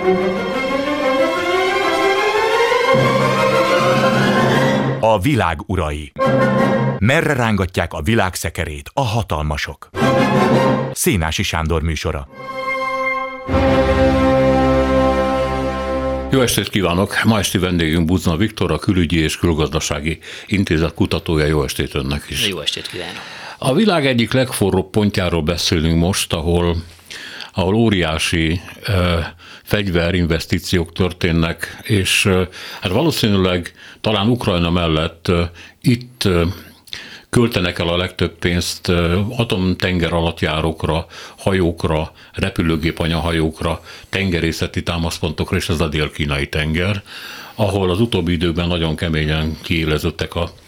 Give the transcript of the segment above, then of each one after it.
A világ urai. Merre rángatják a világ szekerét a hatalmasok? Szénási Sándor műsora. Jó estét kívánok! Ma esti vendégünk Buzna Viktor, a Külügyi és Külgazdasági Intézet kutatója. Jó estét önnek is! Jó estét kívánok! A világ egyik legforróbb pontjáról beszélünk most, ahol óriási fegyverinvestíciók történnek, és hát valószínűleg talán Ukrajna mellett itt költenek el a legtöbb pénzt atomtenger alattjárókra, hajókra, repülőgép anyahajókra, tengerészeti támaszpontokra, és ez a dél-kínai tenger, ahol az utóbbi időkben nagyon keményen kiéleződtek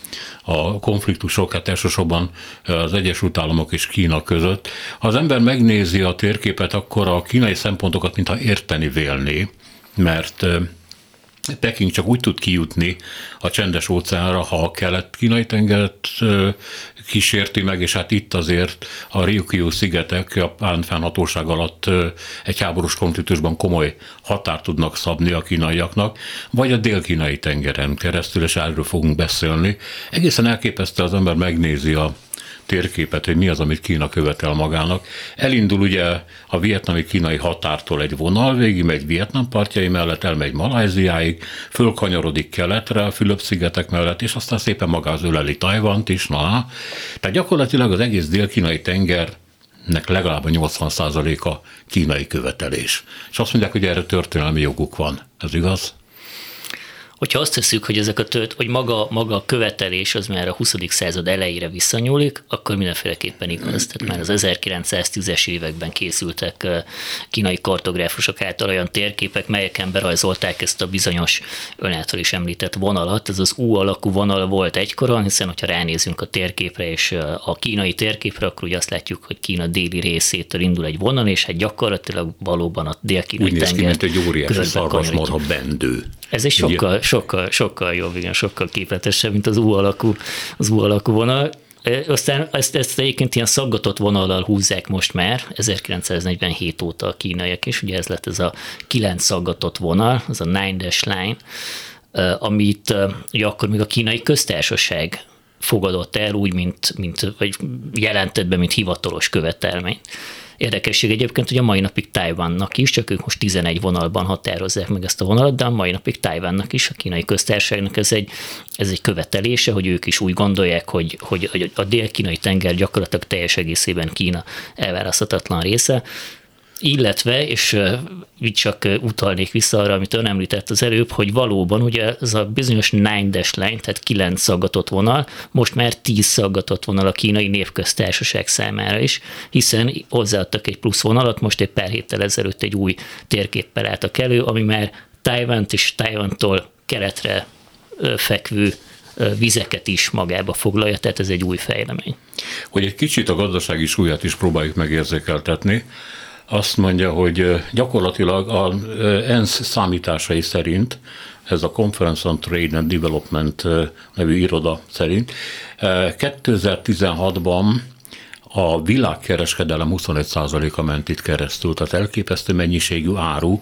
a konfliktusok, hát elsősorban az Egyesült Államok és Kína között. Ha az ember megnézi a térképet, akkor a kínai szempontokat mintha érteni vélné, mert Peking csak úgy tud kijutni a Csendes óceánra, ha a kelet-kínai tengert kísérti meg, és hát itt azért a Ryukyu szigetek japán fennhatóság alatt egy háborús konfliktusban komoly határt tudnak szabni a kínaiaknak, vagy a dél-kínai tengeren keresztül, és erről fogunk beszélni. Egészen elképesztő, az ember megnézi a térképet, hogy mi az, amit Kína követel magának. Elindul ugye a vietnami-kínai határtól egy vonal, végigmegy Vietnam partjai mellett, elmegy Malajziáig, fölkanyarodik keletre, a Fülöp-szigetek mellett, és aztán szépen magához öleli Tajvant is. Tehát gyakorlatilag az egész dél-kínai tengernek legalább 80%-a kínai követelés. És azt mondják, hogy erre történelmi joguk van. Ez igaz? Hogyha azt tesszük, hogy hogy maga a követelés az már a 20. század elejére visszanyúlik, akkor mindenféleképpen igaz. Tehát már az 1910-es években készültek kínai kartográfusok által olyan térképek, melyeken berajzolták ezt a bizonyos ön által is említett vonalat. Ez az U alakú vonal volt egykoron, hiszen hogyha ránézünk a térképre és a kínai térképre, akkor ugye azt látjuk, hogy Kína déli részétől indul egy vonal, és hát gyakorlatilag valóban a dél-kínai tenger. Úgy néz ki, mint egy óriási szarvasmarha bendő. Ez egy sokkal jobb, igen, sokkal képletesebb, mint az U alakú vonal. Aztán ezt egyébként ilyen szaggatott vonallal húzzák most már, 1947 óta a kínaiak is, ugye ez lett ez a 9 szaggatott vonal, az a 9-dash line, amit ugye akkor még a kínai köztársaság fogadott el úgy, vagy jelentett be, mint hivatalos követelmény. Érdekesség egyébként, hogy a mai napig Tajvannak is, csak ők most 11 vonalban határozzák meg ezt a vonalat, de a mai napig Tajvannak is, a kínai köztársaságnak ez egy követelése, hogy ők is úgy gondolják, hogy a dél-kínai tenger gyakorlatilag teljes egészében Kína elválaszthatatlan része, illetve, és így csak utalnék vissza arra, amit ön említett az előbb, hogy valóban ugye ez a bizonyos 9-dash line, tehát 9 szaggatott vonal, most már 10 szaggatott vonal a kínai népköztársaság számára is, hiszen hozzáadtak egy plusz vonalat, most egy pár héttel ezelőtt egy új térképpel álltak elő, ami már Tajvant és Tajvantól keletre fekvő vizeket is magába foglalja, tehát ez egy új fejlemény. Hogy egy kicsit a gazdasági súlyát is próbáljuk megérzékeltetni, azt mondja, hogy gyakorlatilag az ENSZ számításai szerint, ez a Conference on Trade and Development nevű iroda szerint, 2016-ban a világkereskedelem 21%-a ment itt keresztül, tehát elképesztő mennyiségű áru,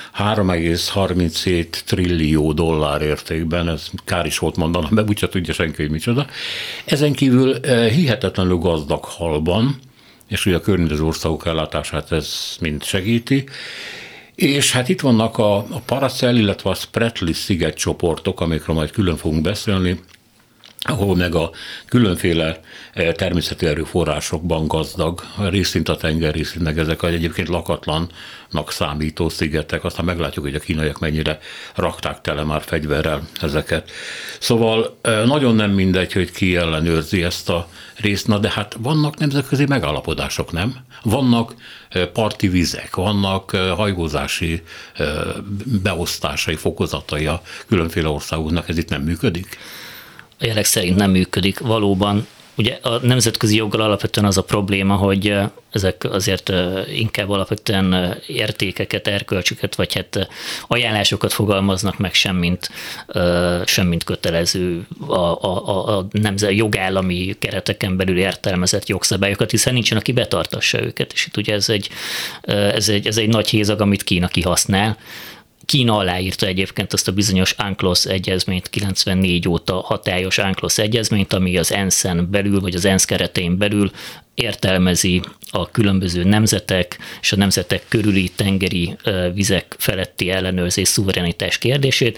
3,37 trillió dollár értékben, ez kár is volt mondanom, mert úgyse tudja senki, hogy micsoda. Ezen kívül hihetetlenül gazdag halban, és ugye a környező országok ellátását ez mind segíti. És hát itt vannak a Paracel, illetve a Spratly szigetcsoportok, amikről majd külön fogunk beszélni, ahol meg a különféle természeti erőforrásokban gazdag, részint a tenger, részint meg ezek egyébként lakatlannak számító szigetek, aztán meglátjuk, hogy a kínaiak mennyire rakták tele már fegyverrel ezeket. Szóval nagyon nem mindegy, hogy ki ellenőrzi ezt a részt, na de hát vannak nemzetközi megállapodások, nem? Vannak parti vizek, vannak hajózási beosztásai, fokozatai a különféle országoknak, ez itt nem működik? A jelek szerint nem működik. Valóban Ugye a nemzetközi joggal alapvetően az a probléma, hogy ezek azért inkább alapvetően értékeket, erkölcsöket, vagy hát ajánlásokat fogalmaznak meg, semmint kötelező a jogállami kereteken belül értelmezett jogszabályokat, hiszen nincsen, aki betartassa őket, és itt ugye ez egy nagy hézag, amit Kína kihasznál. Kína aláírta egyébként azt a bizonyos UNCLOS egyezményt, 94 óta hatályos UNCLOS egyezményt, ami az ENSZ-en belül, vagy az ENSZ keretein belül értelmezi a különböző nemzetek és a nemzetek körüli tengeri vizek feletti ellenőrzés szuverenitás kérdését.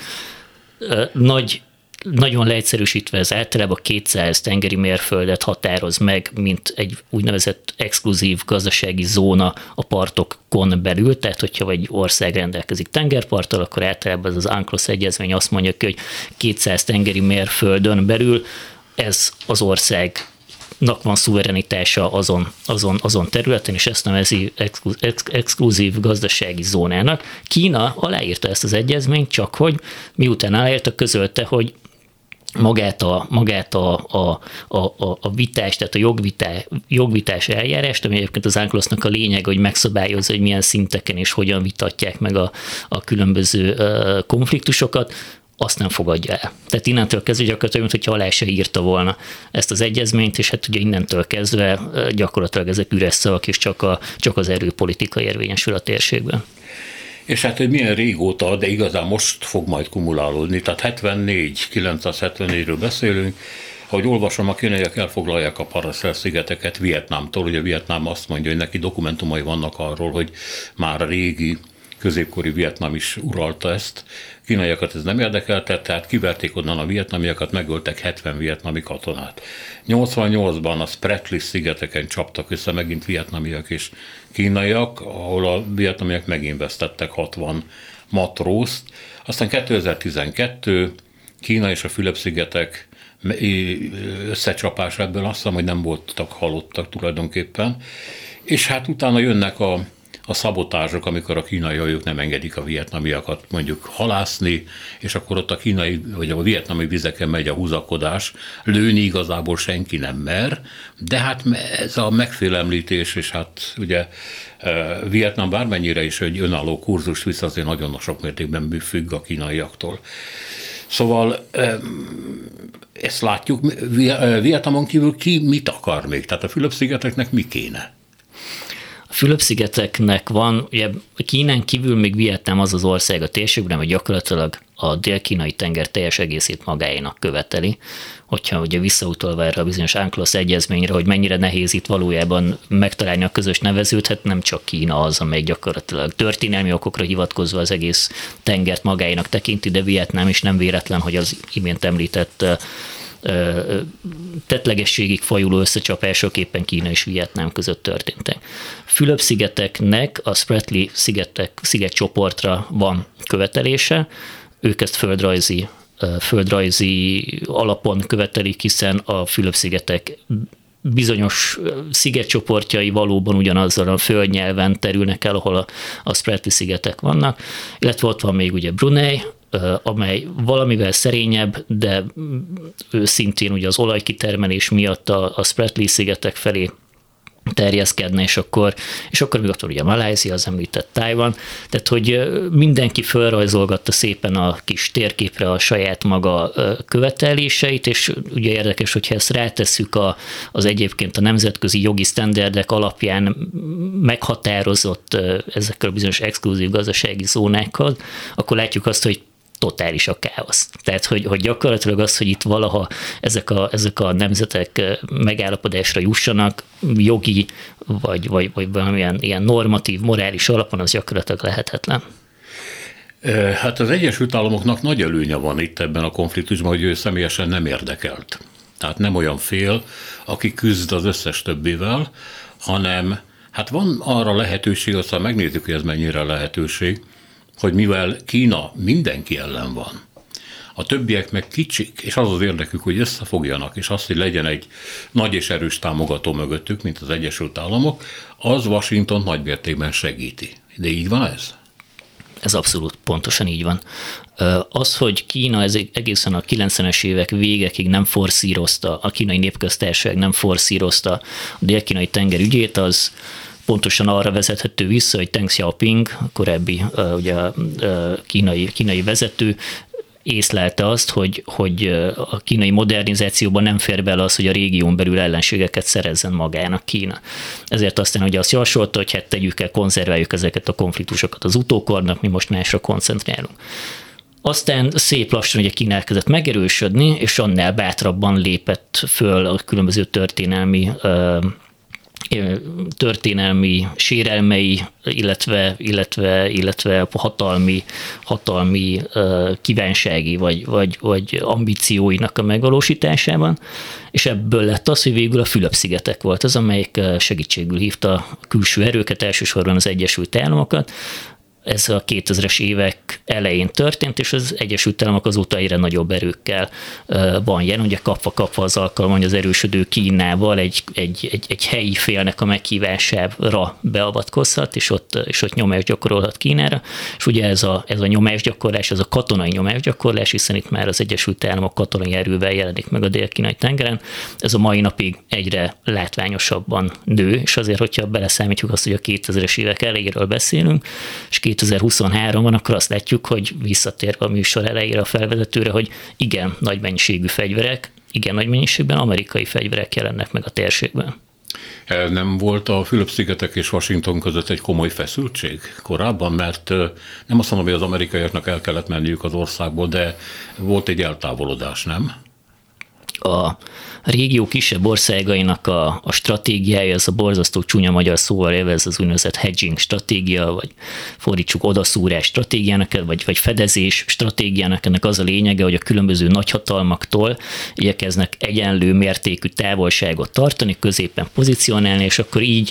Nagyon leegyszerűsítve ez általában 200 tengeri mérföldet határoz meg, mint egy úgynevezett exkluzív gazdasági zóna a partokon belül, tehát hogyha egy ország rendelkezik tengerparttal, akkor általában ez az UNCLOS egyezmény azt mondja ki, hogy 200 tengeri mérföldön belül ez az országnak van szuverenitása azon területen, és ezt nevezi exkluzív gazdasági zónának. Kína aláírta ezt az egyezményt, csak hogy miután aláírta, közölte, hogy magát a vitás, tehát a jogvitás eljárást, ami egyébként az UNCLOS-nak a lényeg, hogy megszabályozza, hogy milyen szinteken és hogyan vitatják meg a különböző konfliktusokat, azt nem fogadja el. Tehát innentől kezdve gyakorlatilag, mintha alá se írta volna ezt az egyezményt, és hát ugye innentől kezdve gyakorlatilag ezek üres szavak, és csak az erőpolitika érvényesül a térségben. És hát, hogy milyen régóta, de igazán most fog majd kumulálódni, tehát 974-ről beszélünk, ahogy olvasom, a kínaiak elfoglalják a Paracel-szigeteket Vietnámtól, ugye Vietnám azt mondja, hogy neki dokumentumai vannak arról, hogy már a régi középkori Vietnám is uralta ezt. Kínaiakat ez nem érdekelte, tehát kiverték onnan a vietnamiakat, megöltek 70 vietnami katonát. 88-ban a Spratly szigeteken csaptak össze megint vietnamiak és kínaiak, ahol a vietnamiak megint vesztettek 60 matrózt. Aztán 2012 Kína és a Fülöp-szigetek összecsapás ebből, azt hiszem, hogy nem voltak halottak tulajdonképpen. És hát utána jönnek a szabotázsok, amikor a kínai hajók nem engedik a vietnamiakat mondjuk halászni, és akkor ott a kínai vagy a vietnami vizeken megy a húzakodás, lőni igazából senki nem mer, de hát ez a megfélemlítés, és hát ugye Vietnám bármennyire is egy önálló kurzus visz, azért nagyon sok mértékben függ a kínaiaktól. Szóval ezt látjuk, Vietnámon kívül ki mit akar még? Tehát a Fülöp-szigeteknek mi kéne? Fülöp-szigeteknek van, ugye Kínán kívül még Vietnám az ország a térségben, hogy gyakorlatilag a dél-kínai tenger teljes egészét magáénak követeli. Hogyha ugye visszautalva erre a bizonyos UNCLOS egyezményre, hogy mennyire nehéz itt valójában megtalálni a közös nevezőt, hát nem csak Kína az, amely gyakorlatilag történelmi okokra hivatkozva az egész tengert magáénak tekinti, de Vietnám is nem véletlen, hogy az imént említett tettlegességig fajuló összecsapások éppen Kína és Vietnám között történtek. Fülöp-szigeteknek a Spratly szigetcsoportra van követelése, ők ezt földrajzi alapon követelik, hiszen a Fülöp-szigetek bizonyos szigetcsoportjai valóban ugyanazzal a földnyelven terülnek el, ahol a Spratly szigetek vannak, illetve ott van még ugye Brunei, amely valamivel szerényebb, de szintén ugye az olajkitermelés miatt a Spratly szigetek felé terjeszkedne, és akkor még ott van ugye Malajzia, az említett Tajvan, tehát hogy mindenki felrajzolgatta szépen a kis térképre a saját maga követeléseit, és ugye érdekes, hogyha ezt rátesszük az egyébként a nemzetközi jogi sztenderdek alapján meghatározott ezekkel a bizonyos exkluzív gazdasági zónákkal, akkor látjuk azt, hogy totális a káosz. Tehát, hogy gyakorlatilag az, hogy itt valaha ezek a nemzetek megállapodásra jussanak, jogi, vagy valamilyen ilyen normatív, morális alapon, az gyakorlatilag lehetetlen. Hát az Egyesült Államoknak nagy előnye van itt ebben a konfliktusban, hogy ő személyesen nem érdekelt. Tehát nem olyan fél, aki küzd az összes többivel, hanem hát van arra lehetőség, aztán megnézzük, hogy ez mennyire lehetőség, hogy mivel Kína mindenki ellen van, a többiek meg kicsik, és az az érdekük, hogy összefogjanak, és azt, hogy legyen egy nagy és erős támogató mögöttük, mint az Egyesült Államok, az Washington nagymértékben segíti. De így van ez? Ez abszolút pontosan így van. Az, hogy Kína egészen a 90-es évek végekig nem forszírozta, a kínai népköztársaság nem forszírozta a dél-kínai tenger ügyét, az pontosan arra vezethető vissza, hogy Deng Xiaoping, a korábbi ugye, kínai vezető, észlelte azt, hogy a kínai modernizációban nem fér bele az, hogy a régión belül ellenségeket szerezzen magának Kína. Ezért aztán ugye azt javasolta, hogy hát tegyük el, konzerváljuk ezeket a konfliktusokat az utókornak, mi most másra koncentrálunk. Aztán szép lassan ugye Kína elkezdett megerősödni, és annál bátrabban lépett föl a különböző történelmi sérelmei, illetve hatalmi kívánsági vagy ambícióinak a megvalósításában, és ebből lett az, hogy végül a Fülöp-szigetek volt az, amelyik segítségül hívta a külső erőket, elsősorban az Egyesült Államokat. Ez a 2000-es évek elején történt, és az Egyesült Államok azóta egyre nagyobb erőkkel van jelen. Ugye kapva az alkalom, hogy az erősödő Kínával egy helyi félnek a meghívására beavatkozhat, és ott nyomást gyakorolhat Kínára. És ugye ez a nyomásgyakorlás, ez a katonai nyomásgyakorlás, hiszen itt már az Egyesült Államok katonai erővel jelenik meg a dél-kínai tengeren. Ez a mai napig egyre látványosabban nő, és azért, hogyha beleszámítjuk azt, hogy a 2000-es évek elejéről beszélünk, és 2023-ban, akkor azt látjuk, hogy visszatérve a műsor elejére a felvezetőre, hogy igen, nagy mennyiségű fegyverek, igen, nagy mennyiségben amerikai fegyverek jelennek meg a térségben. Nem volt a Fülöp-szigetek és Washington között egy komoly feszültség korábban, mert nem azt mondom, hogy az amerikaiaknak el kellett menniük az országból, de volt egy eltávolodás, nem? A régió kisebb országainak a stratégiája, ez a borzasztó csúnya magyar szóval élve, ez az úgynevezett hedging stratégia, vagy fordítsuk odaszúrás stratégiának, vagy fedezés stratégiának, ennek az a lényege, hogy a különböző nagyhatalmaktól igyekeznek egyenlő mértékű távolságot tartani, középen pozícionálni, és akkor így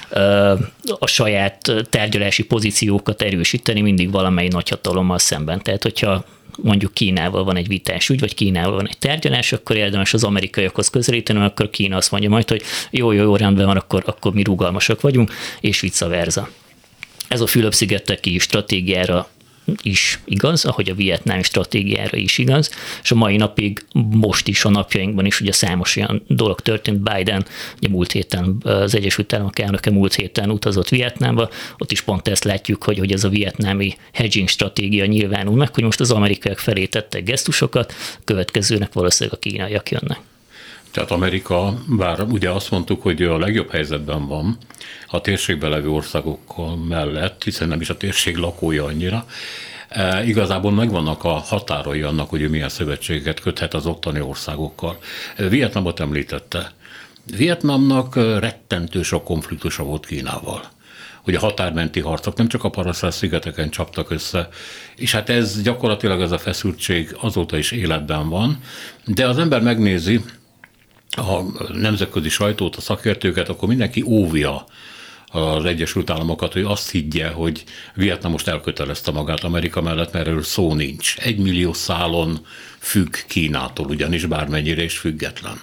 a saját tárgyalási pozíciókat erősíteni mindig valamely nagyhatalommal szemben. Tehát, hogyha mondjuk Kínával van egy vitás ügy, vagy Kínával van egy tárgyalás, akkor érdemes az amerikaiakhoz közelíteni, akkor Kína azt mondja majd, hogy jó, rendben van, akkor mi rugalmasak vagyunk, és vice versa. Ez a Fülöp-szigeteki stratégiára is igaz, ahogy a vietnámi stratégiára is igaz, és a mai napig, most is a napjainkban is ugye számos olyan dolog történt. Biden, ugye múlt héten, az Egyesült Államok elnöke múlt héten utazott Vietnámba, ott is pont ezt látjuk, hogy ez a vietnámi hedging stratégia nyilvánul meg, hogy most az amerikaiak felé tettek gesztusokat, következőnek valószínűleg a kínaiak jönnek. Tehát Amerika, bár ugye azt mondtuk, hogy a legjobb helyzetben van a térségben levő országok mellett, hiszen nem is a térség lakója annyira, igazából megvannak a határai annak, hogy ő milyen szövetséget köthet az ottani országokkal. Vietnamot említette. Vietnamnak rettentő sok konfliktusa volt Kínával. Hogy a határmenti harcok nem csak a Paracel-szigeteken csaptak össze, és hát ez gyakorlatilag ez a feszültség azóta is életben van, de az ember megnézi a nemzetközi sajtót, a szakértőket, akkor mindenki óvja az Egyesült Államokat, hogy azt higgye, hogy Vietnam most elkötelezte magát Amerika mellett, mert erről szó nincs. 1 millió szálon függ Kínától, ugyanis bármennyire is független.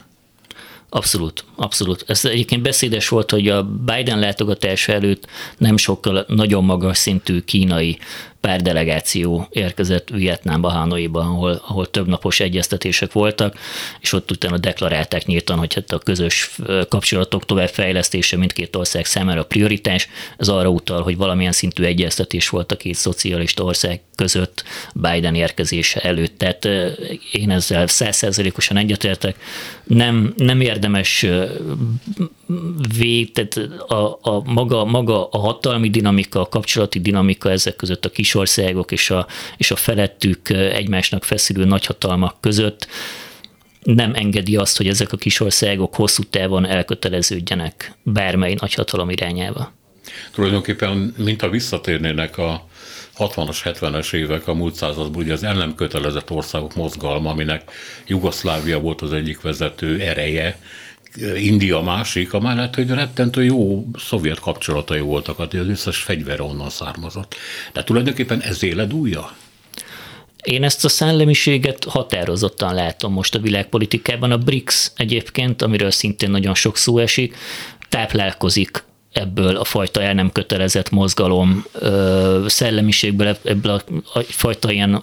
Abszolút. Ez egyébként beszédes volt, hogy a Biden látogatása előtt nem sokkal nagyon magas szintű kínai párdelegáció érkezett Vietnámba, Hanoiba, ahol több napos egyeztetések voltak, és ott utána deklarálták nyíltan, hogy hát a közös kapcsolatok továbbfejlesztése mindkét ország számára prioritás. Ez arra utal, hogy valamilyen szintű egyeztetés volt a két szocialista ország között Biden érkezése előtt. Tehát én ezzel 100%-osan egyetértek. Nem érdemes tehát maga a hatalmi dinamika, a kapcsolati dinamika ezek között a kisországok és a felettük egymásnak feszülő nagyhatalmak között nem engedi azt, hogy ezek a kisországok hosszú távon elköteleződjenek bármely nagyhatalom irányába. Tulajdonképpen, mintha visszatérnének a 60-as, 70-es évek a múlt században, ugye az el nem kötelezett országok mozgalma, aminek Jugoszlávia volt az egyik vezető ereje, India másik, amellett, hogy rettentő jó szovjet kapcsolatai voltak, az összes fegyver onnan származott. De tulajdonképpen ez éledúlja? Én ezt a szellemiséget határozottan látom most a világpolitikában. A BRICS egyébként, amiről szintén nagyon sok szó esik, táplálkozik ebből a fajta el nem kötelezett mozgalom szellemiségből, ebből a fajta ilyen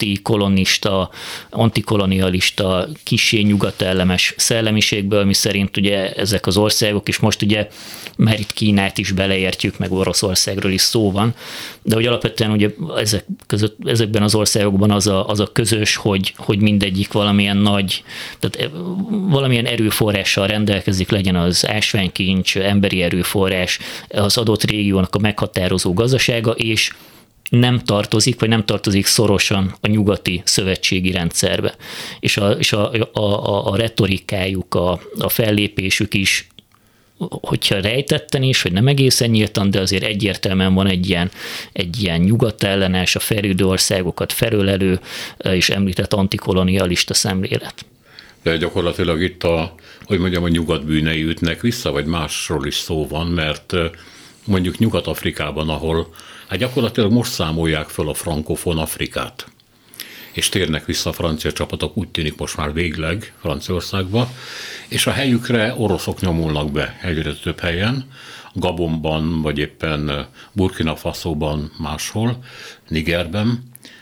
antikolonialista, kissé nyugatellenes szellemiségből, mi szerint ugye ezek az országok, és most ugye már itt Kínát is beleértjük, meg Oroszországról is szó van, de hogy alapvetően ugye ezekben az országokban az a közös, hogy mindegyik valamilyen nagy, tehát valamilyen erőforrással rendelkezik, legyen az ásványkincs, emberi erőforrás, az adott régiónak a meghatározó gazdasága, és nem tartozik szorosan a nyugati szövetségi rendszerbe. És a retorikájuk, a fellépésük is, hogyha rejtetten is, hogy nem egészen nyíltan, de azért egyértelműen van egy ilyen nyugatellenes, a fejlődő országokat felölelő és említett antikolonialista szemlélet. De gyakorlatilag itt a nyugat bűnei ütnek vissza, vagy másról is szó van, mert mondjuk Nyugat-Afrikában, ahol gyakorlatilag most számolják föl a frankofon Afrikát, és térnek vissza a francia csapatok, úgy tűnik most már végleg Franciaországba, és a helyükre oroszok nyomulnak be egyre több helyen, Gabonban, vagy éppen Burkina Fasóban, máshol, Nigerben.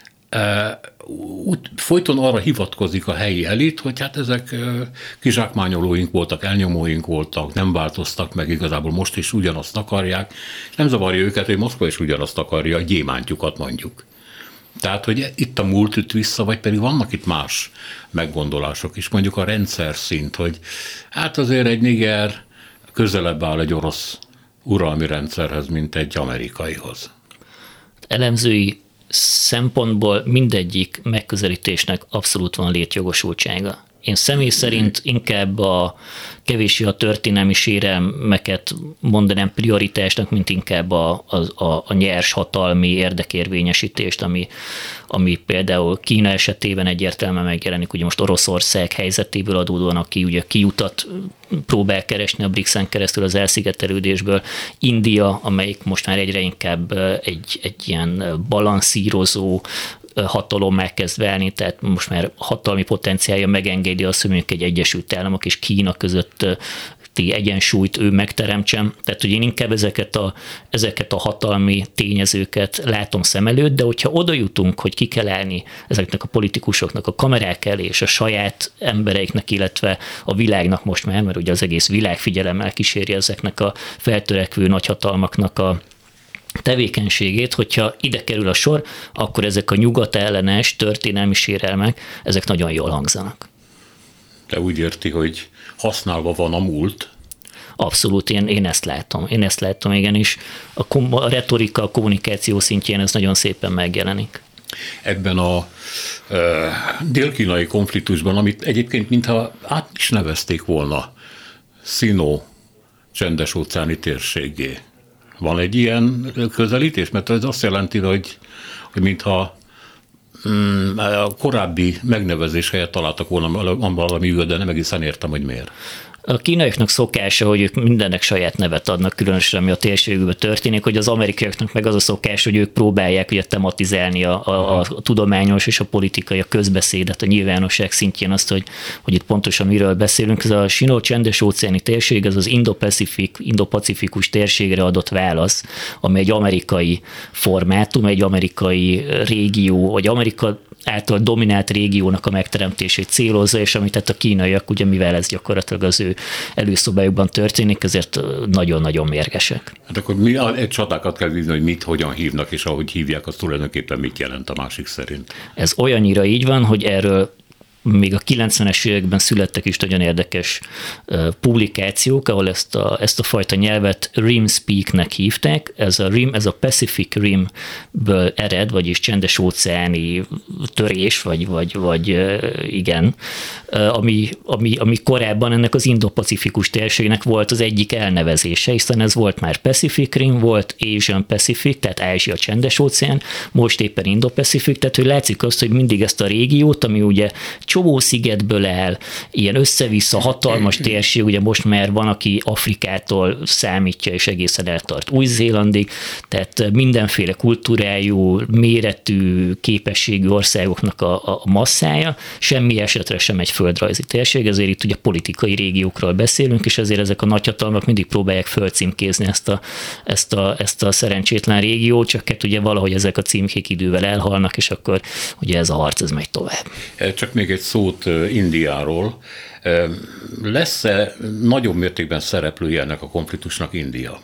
Folyton arra hivatkozik a helyi elit, hogy hát ezek kizsákmányolóink voltak, elnyomóink voltak, nem változtak meg, igazából most is ugyanazt akarják, és nem zavarja őket, hogy Moszkva is ugyanazt akarja, a gyémántjukat mondjuk. Tehát, hogy itt a múlt üt vissza, vagy pedig vannak itt más meggondolások is, mondjuk a rendszer szint, hogy hát azért egy Niger közelebb áll egy orosz uralmi rendszerhez, mint egy amerikaihoz. Elemzői szempontból mindegyik megközelítésnek abszolút van létjogosultsága. Én személy szerint inkább kevéssé a történelmi sérelmeket mondanám prioritásnak, mint inkább a nyers hatalmi érdekérvényesítést, ami például Kína esetében egyértelműen megjelenik, ugye most Oroszország helyzetéből adódóan, aki ugye kiutat próbál keresni a BRICS-en keresztül az elszigetelődésből, India, amelyik most már egyre inkább egy ilyen balanszírozó hatalommá kezd válni, tehát most már hatalmi potenciálja megengedi azt, hogy mondjuk egy Egyesült Államok és Kína közötti egyensúlyt ő megteremtsen. Tehát, hogy én inkább ezeket a hatalmi tényezőket látom szem előtt, de hogyha oda jutunk, hogy ki kell állni ezeknek a politikusoknak a kamerák elé, és a saját embereiknek, illetve a világnak most már, mert ugye az egész világ figyelemmel kíséri ezeknek a feltörekvő nagyhatalmaknak a tevékenységét, hogyha ide kerül a sor, akkor ezek a nyugatellenes történelmi sérelmek, ezek nagyon jól hangzanak. De úgy érti, hogy használva van a múlt? Abszolút, én ezt látom. Igenis. A retorika, a kommunikáció szintjén ez nagyon szépen megjelenik. Ebben a dél-kínai konfliktusban, amit egyébként mintha át is nevezték volna Szino csendes-óceáni térségé. Van egy ilyen közelítés? Mert ez azt jelenti, hogy mintha a korábbi megnevezés helyett találtak volna valami ügyet, de nem egészen értem, hogy miért. A kínaiaknak szokása, hogy ők mindennek saját nevet adnak, különösen ami a térségükben történik, hogy az amerikaiaknak meg az a szokás, hogy ők próbálják ugye tematizálni a tudományos és a politikai, a közbeszédet, a nyilvánosság szintjén azt, hogy itt pontosan miről beszélünk. Ez a Sino-csendes-óceáni térség, ez az Indo-pacifikus térségre adott válasz, ami egy amerikai formátum, egy amerikai régió, vagy Amerika által dominált régiónak a megteremtését célozza, és amit tehát a kínaiak, ugye mivel ez gyakorlatilag az ő előszobájukban történik, ezért nagyon-nagyon mérgesek. Hát akkor egy csatákat kell vívni, hogy mit, hogyan hívnak, és ahogy hívják, az tulajdonképpen mit jelent a másik szerint. Ez olyannyira így van, hogy erről még a 90-es években születtek is nagyon érdekes publikációk, ahol ezt a fajta nyelvet Rim Speak-nek hívták. Ez a Pacific Rimből ered, vagyis csendes-óceáni törés, vagy igen, ami korábban ennek az Indo-pacifikus térségnek volt az egyik elnevezése, hiszen ez volt már Pacific Rim, volt Asian Pacific, tehát Ázsia csendes-óceán, most éppen Indo-Pacific, tehát hogy látszik azt, hogy mindig ezt a régiót, ami ugye csomó szigetből áll, ilyen össze-vissza hatalmas térség, ugye most már van, aki Afrikától számítja, és egészen eltart Új-Zélandig, tehát mindenféle kultúrájú, méretű, képességű országoknak a masszája, semmi esetre sem egy földrajzi térség, ezért itt ugye politikai régiókról beszélünk, és ezért ezek a nagyhatalmak mindig próbálják fölcímkézni ezt a szerencsétlen régiót, csak hát ugye valahogy ezek a címkék idővel elhalnak, és akkor ugye ez a harc, ez megy tovább. Csak még egy szót Indiáról. Lesz-e nagyobb mértékben szereplője ennek a konfliktusnak India?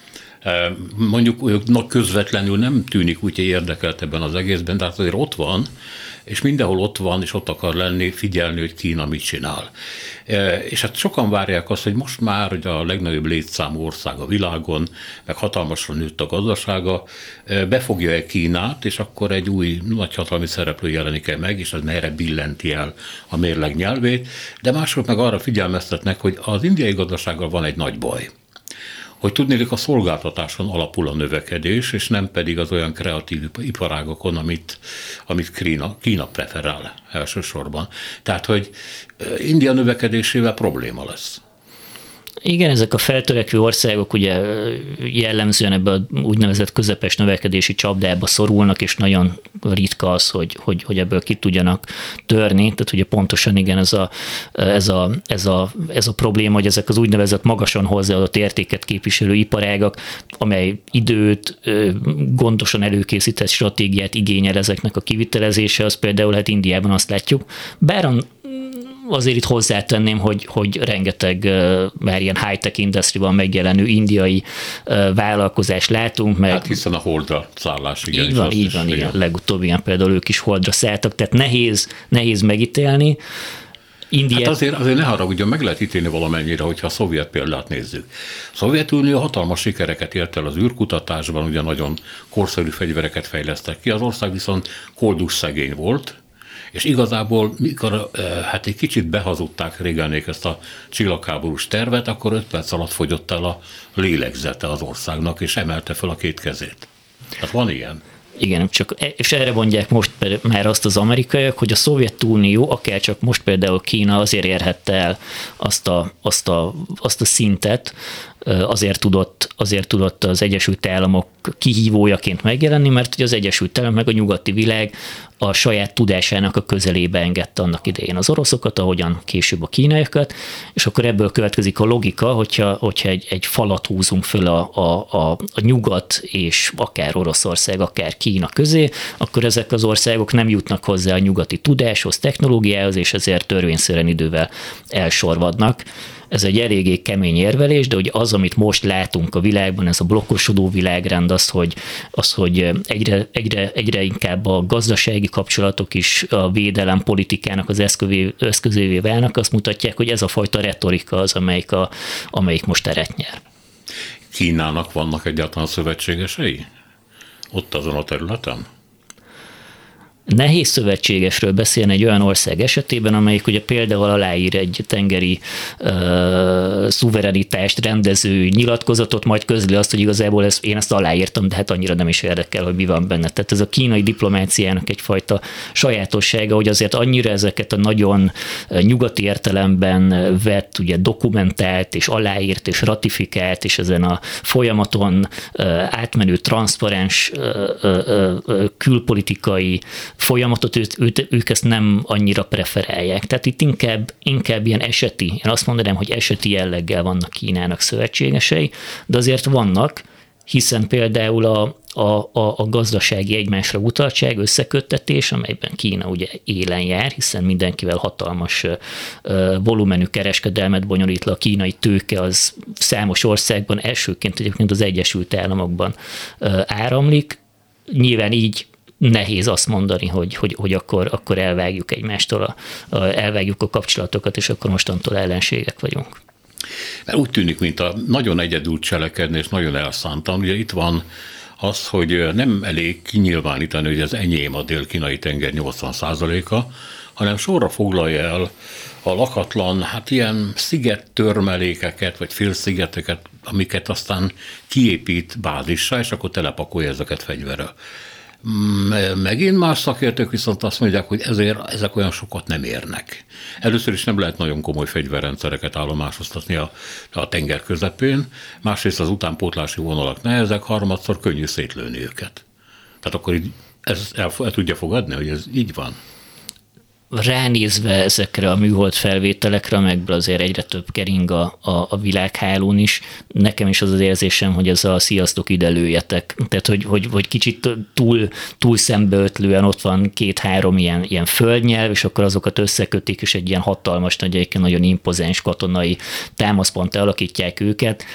Mondjuk ők közvetlenül nem tűnik úgy érdekelt ebben az egészben, de hát azért ott van, és mindenhol ott van, és ott akar lenni, figyelni, hogy Kína mit csinál. És hát sokan várják azt, hogy most már hogy a legnagyobb létszámú ország a világon, meg hatalmasra nőtt a gazdasága, befogja-e Kínát, és akkor egy új nagyhatalmi szereplő jelenik meg, és az merre billenti el a mérleg nyelvét, de mások meg arra figyelmeztetnek, hogy az indiai gazdasággal van egy nagy baj. Hogy tudnélik, a szolgáltatáson alapul a növekedés, és nem pedig az olyan kreatív iparágokon, amit Kína preferál elsősorban. Tehát, hogy India növekedésével probléma lesz. Igen, ezek a feltörekvő országok ugye jellemzően ebbe a úgynevezett közepes növekedési csapdába szorulnak, és nagyon ritka az, hogy ebből ki tudjanak törni. Tehát ugye pontosan igen, ez a probléma, hogy ezek az úgynevezett magasan hozzáadott értéket képviselő iparágak, amely időt, gondosan előkészített stratégiát igényel ezeknek a kivitelezése, az például hát Indiában azt látjuk. Bár azért itt hozzátenném, hogy rengeteg már ilyen high-tech industry-ban megjelenő indiai vállalkozást látunk. Meg hát hiszen a Holdra szállás. Igen, így van, igen. Legutóbb igen, például ők is Holdra szálltak, tehát nehéz megítélni. Hát azért ne haragudjon, meg lehet ítélni valamennyire, hogyha a szovjet példát nézzük. A Szovjetunió hatalmas sikereket ért el az űrkutatásban, ugye nagyon korszerű fegyvereket fejlesztek ki, az ország viszont koldus szegény volt, és igazából, mikor hát egy kicsit behazudták régenék ezt a csillagháborús tervet, akkor 5 perc alatt fogyott el a lélegzete az országnak, és emelte fel a 2 kezét. Tehát van ilyen. Igen, és erre mondják most már azt az amerikaiak, hogy a Szovjetunió, akár csak most például Kína azért érhette el azt a szintet, azért tudott az Egyesült Államok kihívójaként megjelenni, mert az Egyesült Államok meg a nyugati világ a saját tudásának a közelébe engedte annak idején az oroszokat, ahogyan később a kínaiakat, és akkor ebből következik a logika, hogyha egy falat húzunk föl a nyugat és akár Oroszország, akár Kína közé, akkor ezek az országok nem jutnak hozzá a nyugati tudáshoz, technológiához, és ezért törvényszerűen idővel elsorvadnak. Ez egy eléggé kemény érvelés, de hogy az, amit most látunk a világban, ez a blokkosodó világrend, hogy egyre inkább a gazdasági kapcsolatok is a védelem politikának az eszközévé válnak, azt mutatják, hogy ez a fajta retorika az, amelyik most teret nyer. Kínának vannak egyáltalán szövetségesei? Ott azon a területen? Nehéz szövetségesről beszélni egy olyan ország esetében, amelyik ugye például aláír egy tengeri szuverenitást rendező nyilatkozatot, majd közli azt, hogy igazából én ezt aláírtam, de hát annyira nem is érdekel, hogy mi van benne. Tehát ez a kínai diplomáciának egyfajta sajátossága, hogy azért annyira ezeket a nagyon nyugati értelemben vett, ugye dokumentált és aláírt és ratifikált, és ezen a folyamaton átmenő transzparens külpolitikai folyamatot, ők ezt nem annyira preferálják. Tehát itt inkább ilyen én azt mondanám, hogy eseti jelleggel vannak Kínának szövetségesei, de azért vannak, hiszen például a gazdasági egymásra utaltság, összeköttetés, amelyben Kína ugye élen jár, hiszen mindenkivel hatalmas volumenű kereskedelmet bonyolít le, a kínai tőke az számos országban, elsőként egyébként az Egyesült Államokban áramlik. Nyilván így nehéz azt mondani, hogy akkor elvágjuk egymástól, elvágjuk a kapcsolatokat, és akkor mostantól ellenségek vagyunk. Mert úgy tűnik, mint a nagyon egyedül cselekedni, és nagyon elszántan. Ugye itt van az, hogy nem elég kinyilvánítani, hogy az enyém a dél-kínai tenger 80%-a, hanem sorra foglalja el a lakatlan, hát ilyen szigettörmelékeket, vagy félszigeteket, amiket aztán kiépít bázissá, és akkor telepakolja ezeket fegyverrel. Megint más szakértők viszont azt mondják, hogy ezek olyan sokat nem érnek. Először is nem lehet nagyon komoly fegyverrendszereket állomásoztatni a tenger közepén, másrészt az utánpótlási vonalak nehezek, harmadszor könnyű szétlőni őket. Tehát akkor így el tudja fogadni, hogy ez így van? Ránézve ezekre a műhold felvételekre, amelyekből azért egyre több kering a világhálón is, nekem is az az érzésem, hogy ez a sziasztok ide lőjetek. Tehát, hogy kicsit túl szembeötlően ott van 2-3 ilyen földnyelv, és akkor azokat összekötik, és egy ilyen hatalmas, egyébként nagyon impozáns katonai támaszponttá alakítják őket.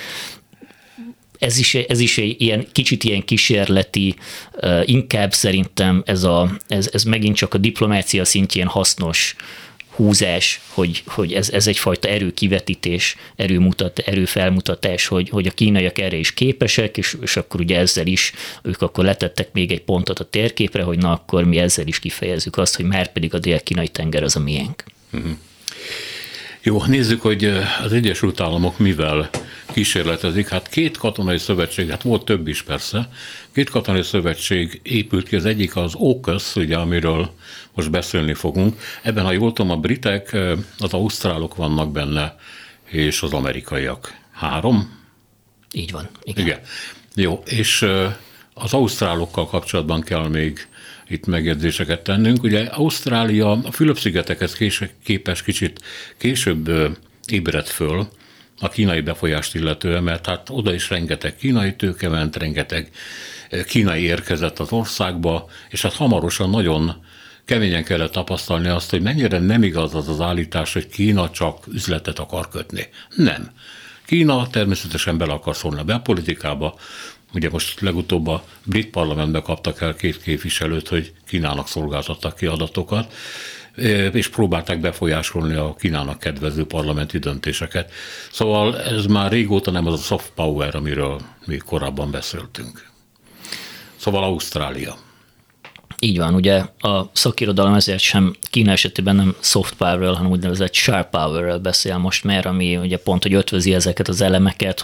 Ez is egy kicsit ilyen kísérleti, inkább szerintem ez megint csak a diplomácia szintjén hasznos húzás, hogy ez egyfajta erőkivetítés, erőfelmutatás, hogy a kínaiak erre is képesek, és akkor ugye ezzel is ők akkor letettek még egy pontot a térképre, hogy na akkor mi ezzel is kifejezzük azt, hogy már pedig a dél-kínai tenger az a miénk. Uh-huh. Jó, nézzük, hogy az Egyesült Államok mivel kísérletezik. Hát 2 katonai szövetség, hát volt több is persze, 2 katonai szövetség épült ki, az egyik az AUKUS, ugye, amiről most beszélni fogunk. Ebben, ha jól tudom, a britek, az ausztrálok vannak benne, és az amerikaiak. 3? Így van. Igen. Jó, és az ausztrálokkal kapcsolatban kell még itt megjegyzéseket tennünk. Ugye Ausztrália a Fülöp-szigetekhez képest kicsit később ébredt föl a kínai befolyást illetően, mert hát oda is rengeteg kínai tőke ment, rengeteg kínai érkezett az országba, és hát hamarosan nagyon keményen kellett tapasztalni azt, hogy mennyire nem igaz az az állítás, hogy Kína csak üzletet akar kötni. Nem. Kína természetesen bele akar szólni a belpolitikába. Ugye most legutóbb a brit parlamentben kaptak el 2 képviselőt, hogy Kínának szolgáltattak ki adatokat, és próbálták befolyásolni a Kínának kedvező parlamenti döntéseket. Szóval ez már régóta nem az a soft power, amiről mi korábban beszéltünk. Szóval Ausztrália. Így van, ugye a szakirodalom ezért sem Kína esetében nem soft power-ről, hanem úgynevezett sharp power-ről beszél most már, ami ugye pont, hogy ötvözi ezeket az elemeket,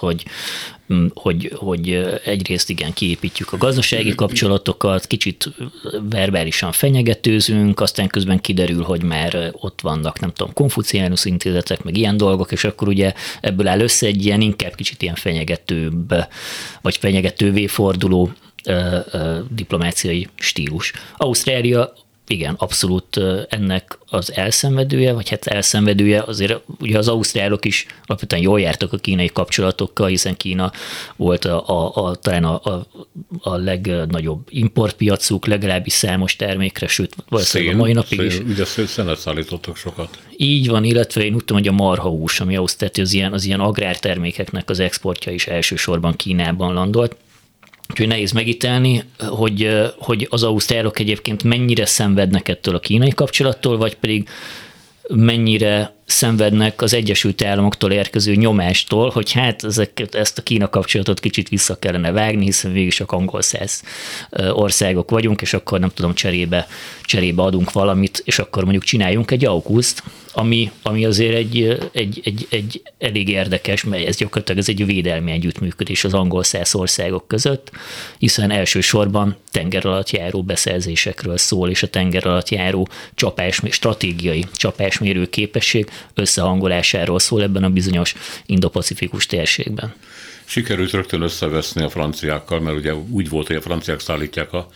hogy egyrészt igen, kiépítjük a gazdasági kapcsolatokat, kicsit verbálisan fenyegetőzünk, aztán közben kiderül, hogy már ott vannak, nem tudom, Konfuciánus intézetek, meg ilyen dolgok, és akkor ugye ebből áll össze egy ilyen inkább kicsit ilyen fenyegetőbb, vagy fenyegetővé forduló diplomáciai stílus. Ausztrália, igen, abszolút ennek az elszenvedője, vagy hát elszenvedője, azért ugye az ausztrálok is alapvetően jól jártak a kínai kapcsolatokkal, hiszen Kína volt talán a legnagyobb importpiacuk, legalábbis számos termékre, sőt, valószínűleg a mai napig is. Ugye szenet szállítottak sokat. Így van, illetve én úgy tudom, hogy a marhahús, ami az ilyen agrártermékeknek az exportja is elsősorban Kínában landolt. Úgyhogy nehéz megítélni, hogy az ausztrálok egyébként mennyire szenvednek ettől a kínai kapcsolattól, vagy pedig mennyire szenvednek az Egyesült Államoktól érkező nyomástól, hogy hát ezt a Kína kapcsolatot kicsit vissza kellene vágni, hiszen végig csak angol száz országok vagyunk, és akkor nem tudom, cserébe adunk valamit, és akkor mondjuk csináljunk egy AUKUS-t, ami azért egy elég érdekes, mert ez gyakorlatilag egy védelmi együttműködés az angol száz országok között, hiszen elsősorban tengeralattjáró beszerzésekről szól, és a tengeralattjáró stratégiai csapásmérő képesség összehangolásáról szól ebben a bizonyos Indo-pacifikus térségben. Sikerült rögtön összeveszni a franciákkal, mert ugye úgy volt, hogy a franciák szállítják a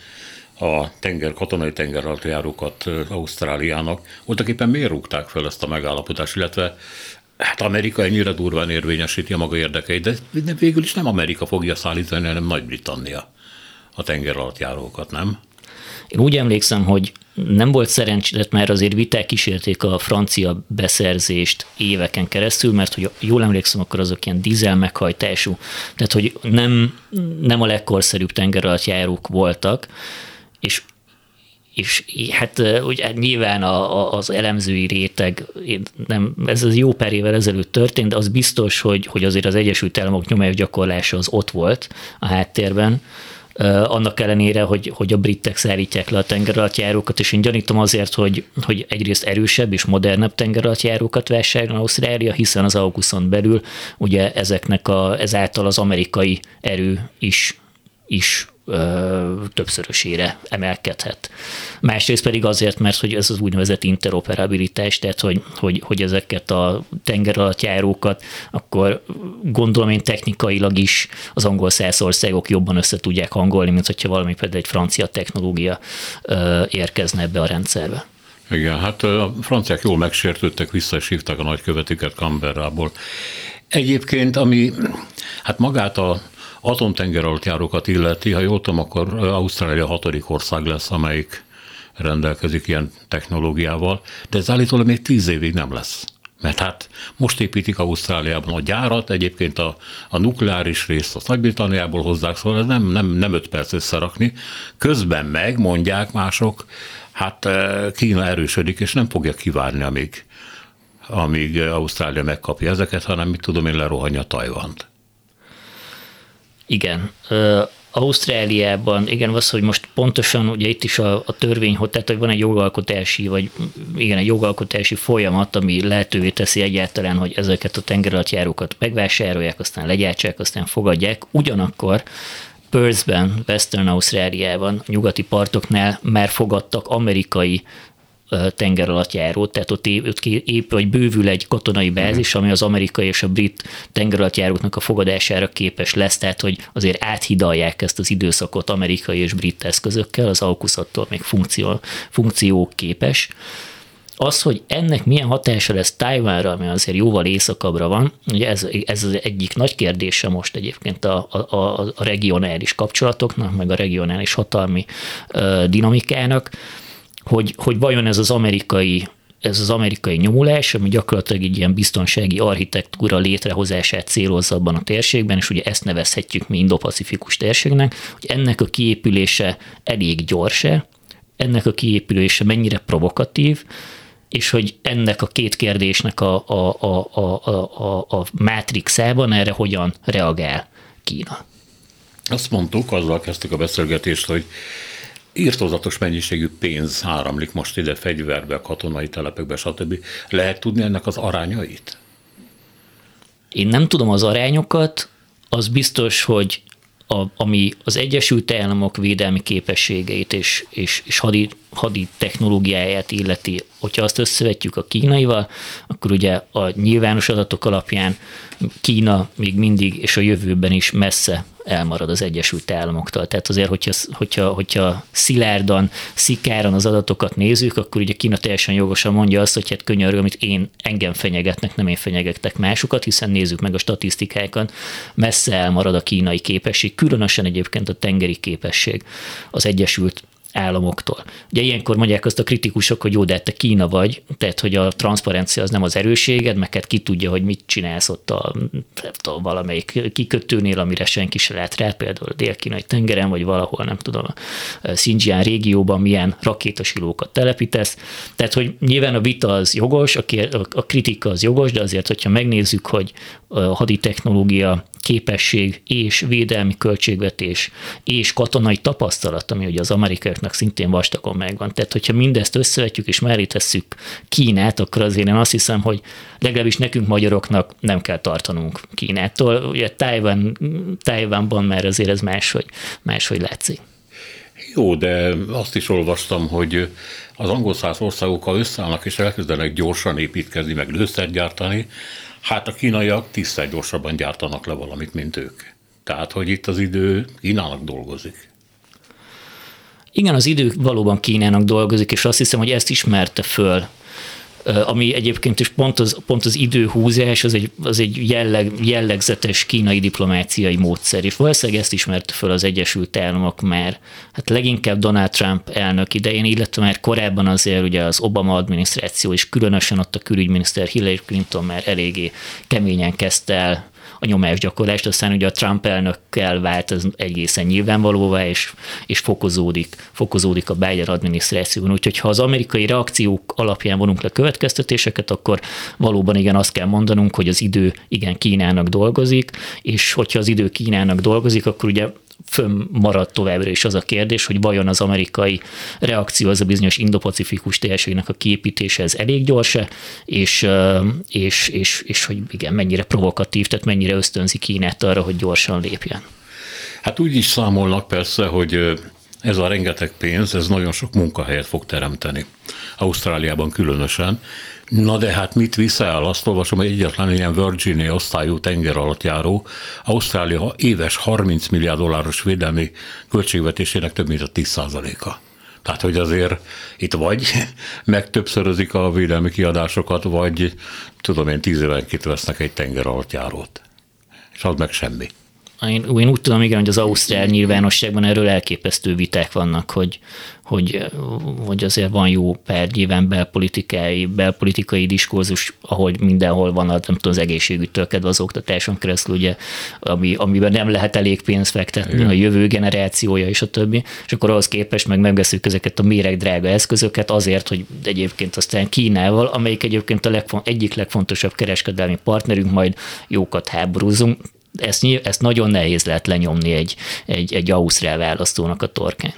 katonai tengeralattjárókat Ausztráliának. Voltaképpen miért rúgták fel ezt a megállapodást, illetve hát Amerika ennyire durván érvényesíti a maga érdekeit, de végül is nem Amerika fogja szállítani, hanem Nagy-Britannia a tengeralattjárókat, nem? Én úgy emlékszem, hogy nem volt szerencsés, mert azért viták kísérték a francia beszerzést éveken keresztül, mert hogy jól emlékszem, akkor azok ilyen dízel meghajtású, tehát hogy nem a legkorszerűbb tengeralattjárók voltak, és hát ugye nyilván az elemzői réteg, ez az jó pár évvel ezelőtt történt, de az biztos, hogy azért az Egyesült Államok nyomásgyakorlása az ott volt a háttérben, annak ellenére, hogy a britek szállítják le a tengeralattjárókat, és én gyanítom azért, hogy egyrészt erősebb és modernebb tengeralattjárókat vásárol Ausztrália, hiszen az AUKUS-on belül ugye ezeknek ezáltal az amerikai erő is többszörösére emelkedhet. Másrészt pedig azért, mert hogy ez az úgynevezett interoperabilitás, tehát hogy ezeket a tengeralattjárókat akkor gondolom én technikailag is az angol száz országok jobban össze tudják hangolni, mint hogyha valami például egy francia technológia érkezne ebbe a rendszerbe. Igen, hát a franciák jól megsértődtek, vissza is hívták a nagykövetüket Canberrából. Egyébként, ami hát magát a atomtengeralattjárókat illeti, ha jól tudom, akkor Ausztrália 6. ország lesz, amelyik rendelkezik ilyen technológiával, de ez állítólag még 10 évig nem lesz. Mert hát most építik Ausztráliában a gyárat, egyébként a nukleáris részt a Nagy-Britanniából hozzák, szóval ez nem 5 perc összerakni. Közben meg mondják mások, hát Kína erősödik, és nem fogja kivárni, amíg Ausztrália megkapja ezeket, hanem mit tudom én, lerohanja Tajvant. Igen. Ausztráliában, igen, az, hogy most pontosan ugye itt is a törvény, tehát hogy van egy jogalkotási folyamat, ami lehetővé teszi egyáltalán, hogy ezeket a tengeralattjárókat megvásárolják, aztán legyártsák, aztán fogadják. Ugyanakkor Perthben, Western Ausztráliában, a nyugati partoknál már fogadtak amerikai tengeralattjárót, tehát ott épp vagy bővül egy katonai bázis, ami az amerikai és a brit tengeralattjáróknak a fogadására képes lesz, tehát hogy azért áthidalják ezt az időszakot amerikai és brit eszközökkel, az AUKUS attól még funkció képes. Az, hogy ennek milyen hatása lesz Tajvánra, ami azért jóval északabbra van, ugye ez az egyik nagy kérdése most egyébként a regionális kapcsolatoknak, meg a regionális hatalmi dinamikának, hogy vajon ez az amerikai nyomulás, ami gyakorlatilag egy ilyen biztonsági architektúra létrehozását célozza abban a térségben, és ugye ezt nevezhetjük mi Indo-Pacifikus térségnek, hogy ennek a kiépülése elég gyors-e, ennek a kiépülése mennyire provokatív, és hogy ennek a két kérdésnek a mátrixában erre hogyan reagál Kína. Azt mondtuk, azzal kezdtük a beszélgetést, hogy irtózatos mennyiségű pénz áramlik most ide fegyverbe, katonai telepekbe, stb. Lehet tudni ennek az arányait? Én nem tudom az arányokat, az biztos, hogy ami az Egyesült Államok védelmi képességeit és hadi technológiáját illeti, hogyha azt összevetjük a kínaival, akkor ugye a nyilvános adatok alapján Kína még mindig és a jövőben is messze elmarad az Egyesült Államoktól. Tehát azért, hogyha szilárdan, szikáran az adatokat nézzük, akkor ugye Kína teljesen jogosan mondja azt, hogy hát könyörgöm, amit engem fenyegetnek, nem én fenyegettek másokat, hiszen nézzük meg a statisztikákat, messze elmarad a kínai képesség, különösen egyébként a tengeri képesség az Egyesült Államoktól. Ugye ilyenkor mondják azt a kritikusok, hogy jó, de te Kína vagy, tehát hogy a transzparencia az nem az erősséged, meg hát ki tudja, hogy mit csinálsz ott a valamelyik kikötőnél, amire senki se lát rá, például a dél-kínai tengeren, vagy valahol, nem tudom, a Xinjiang régióban milyen rakétasilókat telepítesz. Tehát, hogy nyilván a vita az jogos, a kritika az jogos, de azért, hogyha megnézzük, hogy a haditechnológia, képesség és védelmi költségvetés és katonai tapasztalat, ami ugye az amerikaiaknak szintén vastagon megvan. Tehát, hogyha mindezt összevetjük és mellé tesszük Kínát, akkor azért én azt hiszem, hogy legalábbis nekünk magyaroknak nem kell tartanunk Kínától. Ugye Tajvánban már azért ez máshogy látszik. Jó, de azt is olvastam, hogy az angol száz országokkal összeállnak és elkezdenek gyorsan építkezni, meg lőszert gyártani. Hát a kínaiak 10-szer gyorsabban gyártanak le valamit, mint ők. Tehát, hogy itt az idő Kínának dolgozik. Igen, az idő valóban Kínának dolgozik, és azt hiszem, hogy ezt ismerte föl, ami egyébként is pont az időhúzás, az egy jellegzetes kínai diplomáciai módszer, és valószínűleg ezt ismerte föl az Egyesült Államok már, hát leginkább Donald Trump elnök idején, illetve már korábban azért ugye az Obama adminisztráció, és különösen ott a külügyminiszter Hillary Clinton már eléggé keményen kezdte el a nyomásgyakorlást, aztán ugye a Trump elnökkel vált ez egészen nyilvánvalóvá, és fokozódik a Biden adminisztráción. Úgyhogy ha az amerikai reakciók alapján vonunk le következtetéseket, akkor valóban igen azt kell mondanunk, hogy az idő igen Kínának dolgozik, és hogyha az idő Kínának dolgozik, akkor ugye fönnmarad továbbra is az a kérdés, hogy vajon az amerikai reakció az a bizonyos Indo-Pacifikus térségnek a kiépítése ez elég gyors-e, és hogy igen, mennyire provokatív, tehát mennyire ösztönzi Kínát arra, hogy gyorsan lépjen. Hát úgy is számolnak persze, hogy ez a rengeteg pénz, ez nagyon sok munkahelyet fog teremteni. Ausztráliában különösen. Na de hát mit visz el? Azt olvasom, hogy egyetlen ilyen Virginia osztályú tengeralattjáró Ausztrália éves 30 milliárd dolláros védelmi költségvetésének több mint a 10%-a. Tehát, hogy azért itt vagy megtöbbszörözik a védelmi kiadásokat, vagy tudom én 10 évenként vesznek egy tengeralattjárót. És az meg semmi. Én úgy tudom, igen, hogy az ausztrál nyilvánosságban erről elképesztő viták vannak, hogy azért van jó pár nyilván belpolitikai diskurzus, ahogy mindenhol van, nem tudom, az egészségügytől kedve az oktatáson keresztül, ugye, amiben nem lehet elég pénzt fektetni, igen. A jövő generációja és a többi, és akkor ahhoz képest megveszünk ezeket a méregdrága eszközöket azért, hogy egyébként aztán Kínával, amelyik egyébként egyik legfontosabb kereskedelmi partnerünk, majd jókat háborúzunk. Ezt nagyon nehéz lehet lenyomni egy ausztrál választónak a torkán.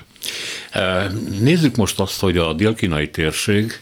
Nézzük most azt, hogy a dél-kínai térség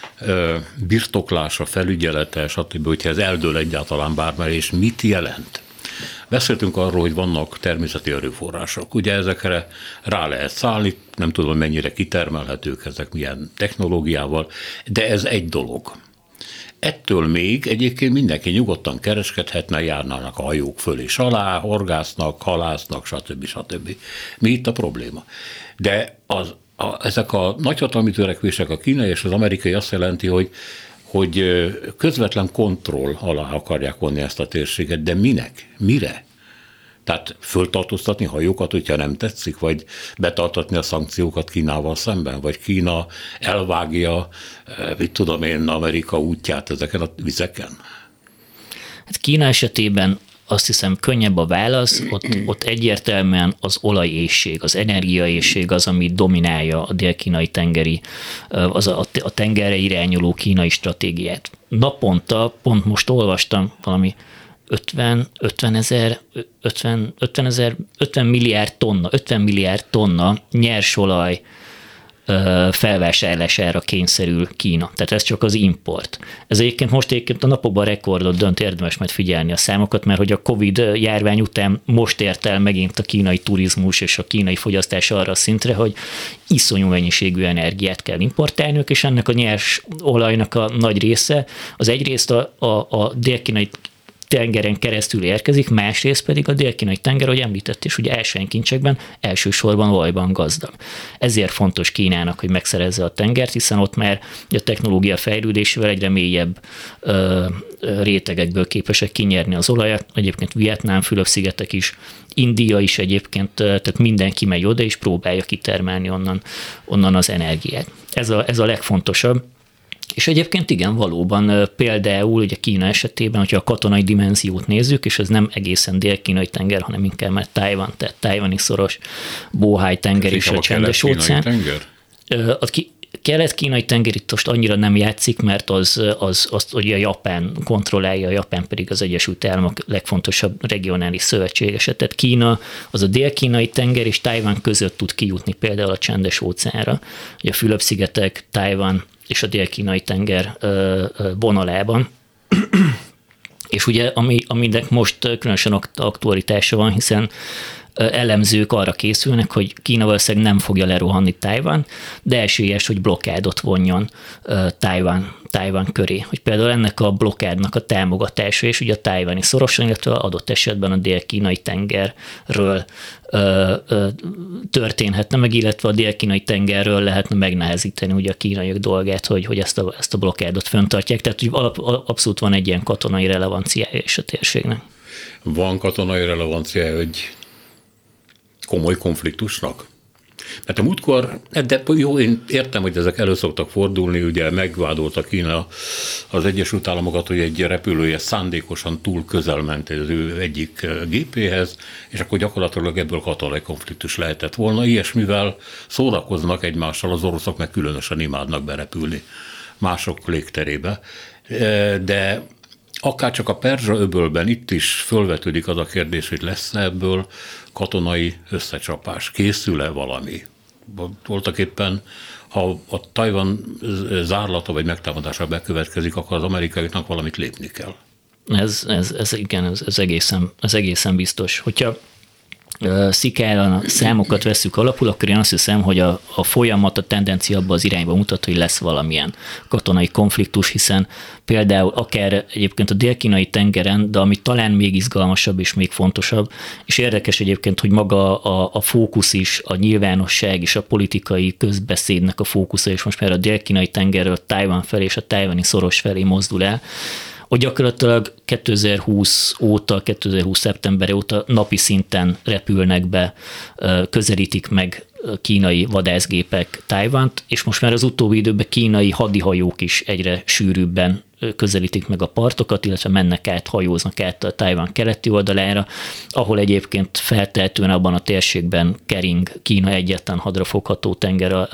birtoklása, felügyelete, stb., hogyha ez eldől egyáltalán bármely, és mit jelent? Beszéltünk arról, hogy vannak természeti erőforrások. Ugye ezekre rá lehet szállni, nem tudom, mennyire kitermelhetők ezek, milyen technológiával, de ez egy dolog. Ettől még egyébként mindenki nyugodtan kereskedhetne, járnának a hajók föl és alá, horgásznak, halásznak, stb. Mi itt a probléma? De ezek a nagyhatalmi törekvések, a kínai és az amerikai azt jelenti, hogy közvetlen kontroll alá akarják vonni ezt a térséget, de minek? Mire? Tehát föltartóztatni hajókat, hogyha nem tetszik, vagy betartatni a szankciókat Kínával szemben, vagy Kína elvágja, mit tudom én, Amerika útját ezeken a vizeken? Hát Kína esetében azt hiszem könnyebb a válasz, ott egyértelműen az olajéhség, az energiaéhség az, ami dominálja a dél-kínai tengeri, a tengerre irányuló kínai stratégiát. Naponta, pont most olvastam valami 50 milliárd tonna nyersolaj felvásárlására kényszerül Kína. Tehát ez csak az import. Ez egyébként a napokban rekordot dönt, érdemes majd figyelni a számokat, mert hogy a Covid járvány után most ért el megint a kínai turizmus és a kínai fogyasztás arra a szintre, hogy iszonyú mennyiségű energiát kell importálniuk, és ennek a nyers olajnak a nagy része az egyrészt a dél-kínai tengeren keresztül érkezik, másrészt pedig a dél-kínai tenger, ahogy említett is, ugye ásványkincsekben elsősorban olajban gazdag. Ezért fontos Kínának, hogy megszerezze a tengert, hiszen ott már a technológia fejlődésével egyre mélyebb rétegekből képesek kinyerni az olajat. Egyébként Vietnám, Fülöp-szigetek is, India is egyébként, tehát mindenki megy oda és próbálja kitermelni onnan az energiát. Ez a legfontosabb. És egyébként igen, valóban például ugye Kína esetében, hogyha a katonai dimenziót nézzük, és ez nem egészen dél-kínai tenger, hanem inkább már Tajvan, tehát tajvani szoros, Bohai tenger és a csendes óceán. A kelet-kínai tenger itt most annyira nem játszik, mert az ugye a Japán kontrollálja, a Japán pedig az Egyesült Államok legfontosabb regionális szövetségese. Tehát Kína, az a dél-kínai tenger és Tajvan között tud kijutni például a csendes óceánra. Ugye a Fülöp-szigetek, Tajvan és a dél-kínai tenger vonalában. És ugye aminek most különösen aktualitása van, hogy elemzők arra készülnek, hogy Kína valószínűleg nem fogja lerohanni Tajvan, de esélyes, hogy blokkádot vonjon Tajvan köré. Hogy például ennek a blokkádnak a támogatása, és ugye a tajvani szorosan, illetve adott esetben a dél-kínai tengerről történhetne meg, illetve a dél-kínai tengerről lehetne megnehezíteni ugye a kínaiak dolgát, hogy ezt a blokkádot fenntartják. Tehát hogy abszolút van egy ilyen katonai relevanciája is a térségnek. Van katonai relevanciája egy komoly konfliktusnak? Mert a múltkor, de jó, én értem, hogy ezek elő szoktak fordulni, ugye megvádolta Kína az Egyesült Államokat, hogy egy repülője szándékosan túl közel ment az ő egyik gépéhez, és akkor gyakorlatilag ebből katonai konfliktus lehetett volna. Ilyesmivel szórakoznak egymással, az oroszok meg különösen imádnak berepülni mások légterébe. De akár csak a Perzsa-öbölben itt is fölvetődik az a kérdés, hogy lesz ebből katonai összecsapás, készül-e valami? Voltak éppen, ha a Tajvan zárlata vagy megtámadása bekövetkezik, akkor az amerikaiaknak valamit lépni kell. Ez egészen biztos. Hogyha szikályan a számokat vesszük alapul, akkor én azt hiszem, hogy a folyamat, a tendencia abba az irányba mutat, hogy lesz valamilyen katonai konfliktus, hiszen például akár egyébként a dél-kínai tengeren, de ami talán még izgalmasabb és még fontosabb, és érdekes egyébként, hogy maga a fókusz is, a nyilvánosság és a politikai közbeszédnek a fókusza is most már a dél-kínai tengerről Tajvan felé és a tajvani szoros felé mozdul el, hogy gyakorlatilag 2020 óta, 2020 szeptember óta napi szinten repülnek be, közelítik meg kínai vadászgépek Tajvant, és most már az utóbbi időben kínai hadihajók is egyre sűrűbben közelítik meg a partokat, illetve mennek át, hajóznak át a Tajvan keleti oldalára, ahol egyébként feltehetően abban a térségben kering Kína egyetlen hadrafogható tenger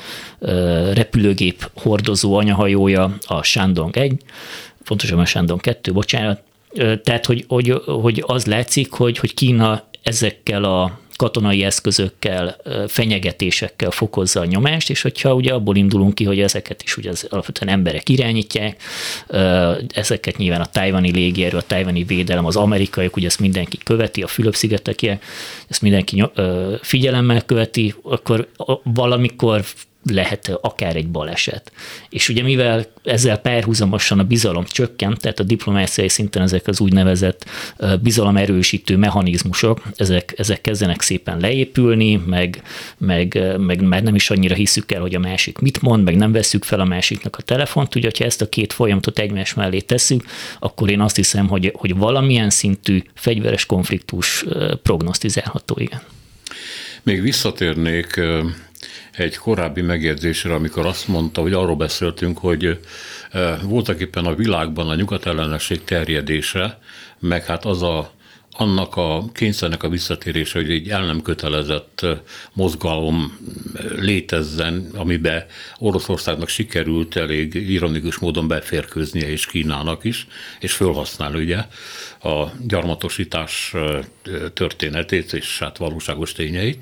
repülőgép hordozó anyahajója, a Shandong 1, pontosabban Shandong 2, bocsánat. Tehát, hogy az látszik, hogy Kína ezekkel a katonai eszközökkel, fenyegetésekkel fokozza a nyomást, és hogyha ugye abból indulunk ki, hogy ezeket is ugye az alapvetően emberek irányítják, ezeket nyilván a tajvani légierő, a tajvani védelem, az amerikaiak, ugye ezt mindenki követi, a Fülöp-szigetekiek, ezt mindenki figyelemmel követi, akkor valamikor lehet akár egy baleset. És ugye mivel ezzel párhuzamosan a bizalom csökkent, tehát a diplomáciai szinten ezek az úgynevezett bizalomerősítő mechanizmusok, ezek kezdenek szépen leépülni, meg már nem is annyira hiszük el, hogy a másik mit mond, meg nem vesszük fel a másiknak a telefont, ugye, ha ezt a két folyamatot egymás mellé tesszük, akkor én azt hiszem, hogy valamilyen szintű fegyveres konfliktus prognosztizálható, igen. Még visszatérnék egy korábbi megjegyzésre, amikor azt mondta, hogy arról beszéltünk, hogy voltak éppen a világban a nyugatellenesség terjedése, meg hát annak a kényszernek a visszatérése, hogy egy el nem kötelezett mozgalom létezzen, amiben Oroszországnak sikerült elég ironikus módon beférkőznie, és Kínának is, és fölhasználni ugye a gyarmatosítás történetét, és hát valóságos tényeit.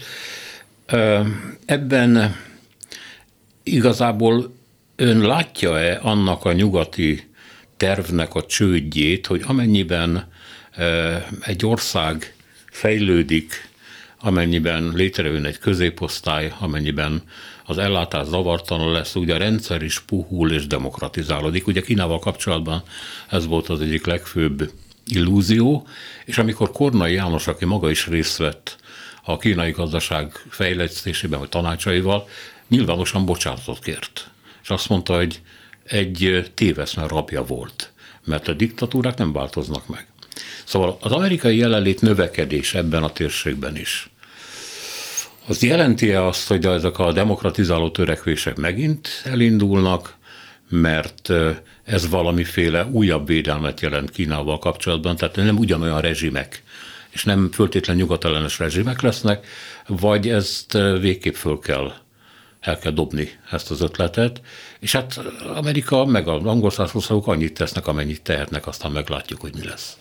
Ebben igazából ön látja-e annak a nyugati tervnek a csődjét, hogy amennyiben egy ország fejlődik, amennyiben létrejön egy középosztály, amennyiben az ellátás zavartalan lesz, ugye a rendszer is puhul és demokratizálódik. Ugye Kínával kapcsolatban ez volt az egyik legfőbb illúzió, és amikor Kornai János, aki maga is részt vett a kínai gazdaság fejlesztésében, vagy tanácsaival, nyilvánosan bocsánatot kért. És azt mondta, hogy egy téveszme rabja volt, mert a diktatúrák nem változnak meg. Szóval az amerikai jelenlét növekedés ebben a térségben is. Az jelenti-e azt, hogy ezek a demokratizáló törekvések megint elindulnak, mert ez valamiféle újabb védelmet jelent Kínával kapcsolatban, tehát nem ugyanolyan rezsimek, és nem föltétlen nyugatellenes rezsimek lesznek, vagy ezt végképp el kell dobni ezt az ötletet, és hát Amerika meg az angol országok annyit tesznek, amennyit tehetnek, aztán meglátjuk, hogy mi lesz.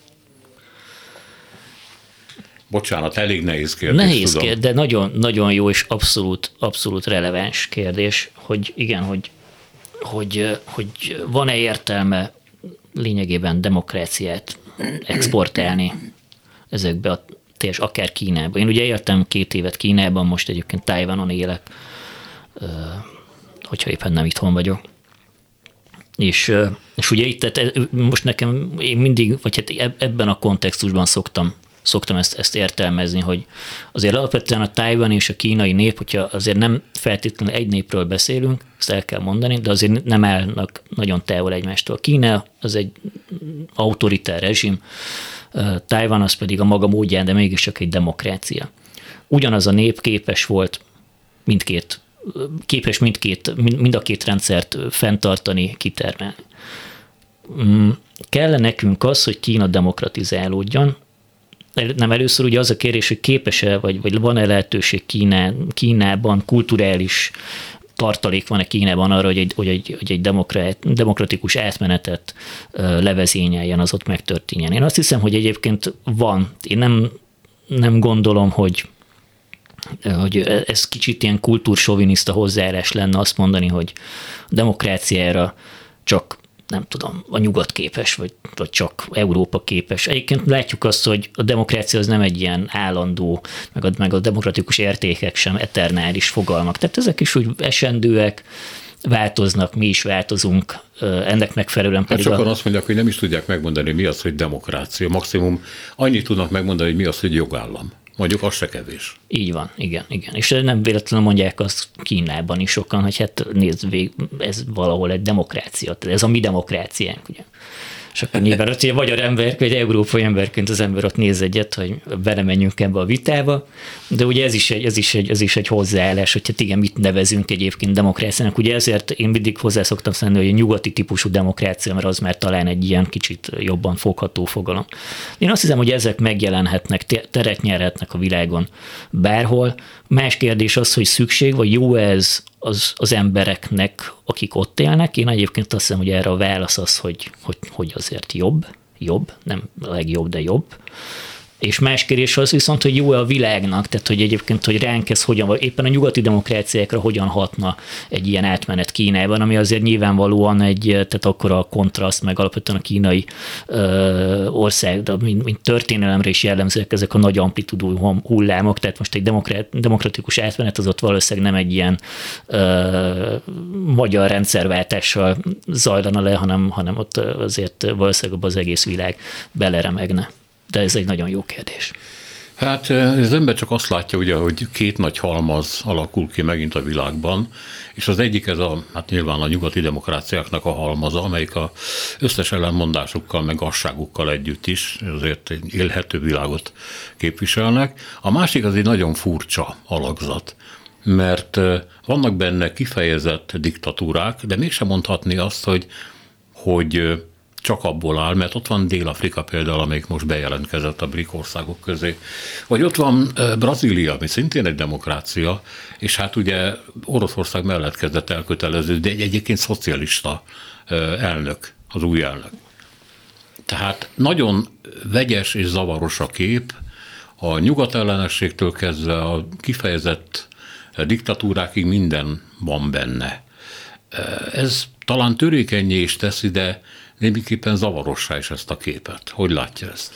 Bocsánat, elég nehéz kérdés. Nehéz kérdés, de nagyon, nagyon jó és abszolút releváns kérdés, hogy igen, hogy van-e értelme lényegében demokráciát exportálni ezekbe a akár Kínába. Én ugye éltem 2 évet Kínában, most egyébként Tajvanon élek, hogyha éppen nem itthon vagyok. És ugye itt, tehát most nekem én mindig, vagy hát ebben a kontextusban szoktam ezt értelmezni, hogy azért alapvetően a tajvani és a kínai nép, hogyha azért nem feltétlenül egy népről beszélünk, ezt el kell mondani, de azért nem állnak nagyon távol egymástól. Kína az egy autoritár rezsim, Tajvan az pedig a maga módján, de mégiscsak egy demokrácia. Ugyanaz a nép képes volt mind a két rendszert fenntartani, kitermelni. Kell nekünk az, hogy Kína demokratizálódjon. Nem először ugye az a kérdés, hogy képes-e, vagy van-e lehetőség Kínában, kulturális tartalék van-e Kínában arra, hogy egy demokratikus átmenetet levezényeljen, az ott megtörténjen. Én azt hiszem, hogy egyébként van. Én nem gondolom, hogy ez kicsit ilyen kultúrsoviniszta hozzáállás lenne azt mondani, hogy a demokráciára csak nem tudom, a nyugat képes, vagy csak Európa képes. Egyébként látjuk azt, hogy a demokrácia az nem egy ilyen állandó, meg a demokratikus értékek sem eternális fogalmak. Tehát ezek is úgy esendőek, változnak, mi is változunk, ennek megfelelően pedig... Sokan azt mondják, hogy nem is tudják megmondani, mi az, hogy demokrácia. Maximum annyit tudnak megmondani, hogy mi az, hogy jogállam. Mondjuk az se kevés. Így van, igen. És nem véletlenül mondják azt Kínában is sokan, hogy hát nézd végig, ez valahol egy demokrácia, ez a mi demokráciánk, ugye. És akkor nyilván ott egy magyar ember, vagy európai emberként az ember ott néz egyet, hogy belemenjünk ebbe a vitába, de ugye ez is egy hozzáállás, hogy hát igen, mit nevezünk egyébként demokráciának. Ugye ezért én mindig hozzá szoktam szenni, hogy a nyugati típusú demokrácia, mert az már talán egy ilyen kicsit jobban fogható fogalom. Én azt hiszem, hogy ezek megjelenhetnek, teret nyerhetnek a világon bárhol. Más kérdés az, hogy szükség, vagy jó ez az embereknek, akik ott élnek. Én egyébként azt hiszem, hogy erre a válasz az, hogy azért jobb, nem a legjobb, de jobb. És más kérdés az viszont, hogy jó-e a világnak, tehát hogy egyébként, hogy ránk ez hogyan, vagy éppen a nyugati demokráciákra hogyan hatna egy ilyen átmenet Kínában, ami azért nyilvánvalóan tehát akkor a kontraszt, meg alapvetően a kínai ország, de mint történelemre is jellemzőek ezek a nagy amplitudú hullámok, tehát most egy demokratikus átmenet az ott valószínűleg nem egy ilyen magyar rendszerváltással zajlana le, hanem ott azért valószínűleg az egész világ beleremegne. De ez egy nagyon jó kérdés. Hát az ember csak azt látja, ugye, hogy két nagy halmaz alakul ki megint a világban, és az egyik ez hát nyilván a nyugati demokráciáknak a halmaza, amelyik az összes ellenmondásukkal, meg gazságukkal együtt is azért egy élhető világot képviselnek. A másik az egy nagyon furcsa alakzat, mert vannak benne kifejezett diktatúrák, de mégsem mondhatni azt, hogy csak abból áll, mert ott van Dél-Afrika például, amelyik most bejelentkezett a BRIC országok közé. Vagy ott van Brazília, ami szintén egy demokrácia, és hát ugye Oroszország mellett kezdett elköteleződni, de egyébként szocialista elnök, az új elnök. Tehát nagyon vegyes és zavaros a kép, a nyugatellenességtől kezdve a kifejezett diktatúrákig minden van benne. Ez talán törékenyé is teszi, de némiképpen zavarossá is ezt a képet. Hogy látja ezt?